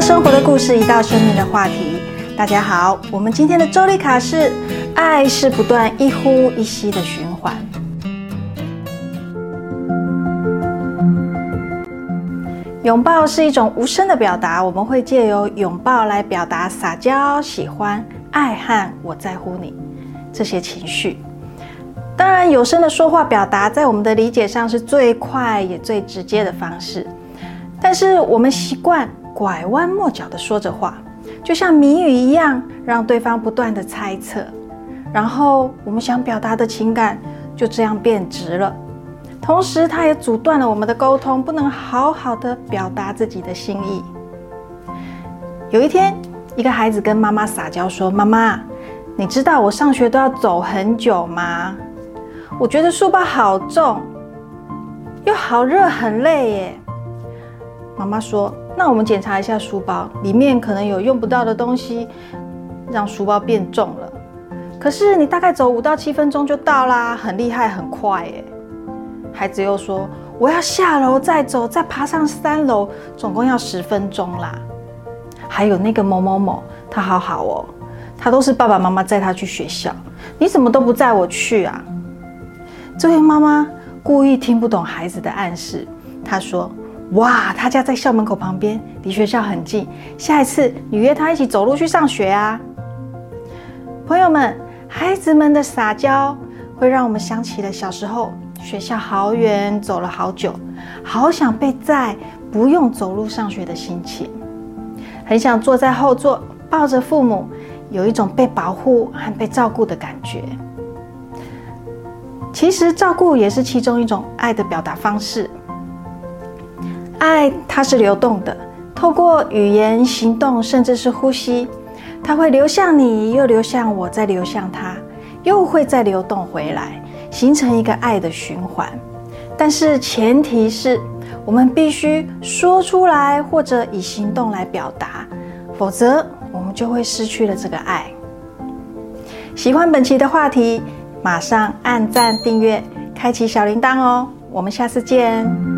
生活的故事，一道生命的话题。大家好，我们今天的周历卡是爱是不断一呼一吸的循环。拥抱是一种无声的表达，我们会借由拥抱来表达撒娇、喜欢、爱和我在乎你这些情绪。当然，有声的说话表达在我们的理解上是最快也最直接的方式，但是我们习惯拐弯抹角的说着话，就像谜语一样，让对方不断的猜测，然后我们想表达的情感就这样变质了。同时，它也阻断了我们的沟通，不能好好的表达自己的心意。有一天，一个孩子跟妈妈撒娇说：“妈妈，你知道我上学都要走很久吗？我觉得书包好重，又好热，很累耶。”妈妈说：“那我们检查一下书包，里面可能有用不到的东西，让书包变重了。可是你大概走5到7分钟就到啦，很厉害，很快耶。”孩子又说：“我要下楼再走，再爬上3楼，总共要10分钟啦。还有那个某某某，他好好哦，他都是爸爸妈妈载他去学校，你怎么都不载我去啊？”这位妈妈故意听不懂孩子的暗示，她说：“哇，他家在校门口旁边，离学校很近，下一次你约他一起走路去上学啊。”朋友们，孩子们的撒娇会让我们想起了小时候，学校好远，走了好久，好想被载，不用走路上学的心情，很想坐在后座抱着父母，有一种被保护和被照顾的感觉。其实照顾也是其中一种爱的表达方式。爱它是流动的，透过语言、行动，甚至是呼吸，它会流向你，又流向我，再流向他，又会再流动回来，形成一个爱的循环。但是前提是我们必须说出来，或者以行动来表达，否则我们就会失去了这个爱。喜欢本期的话题，马上按赞、订阅、开启小铃铛哦！我们下次见。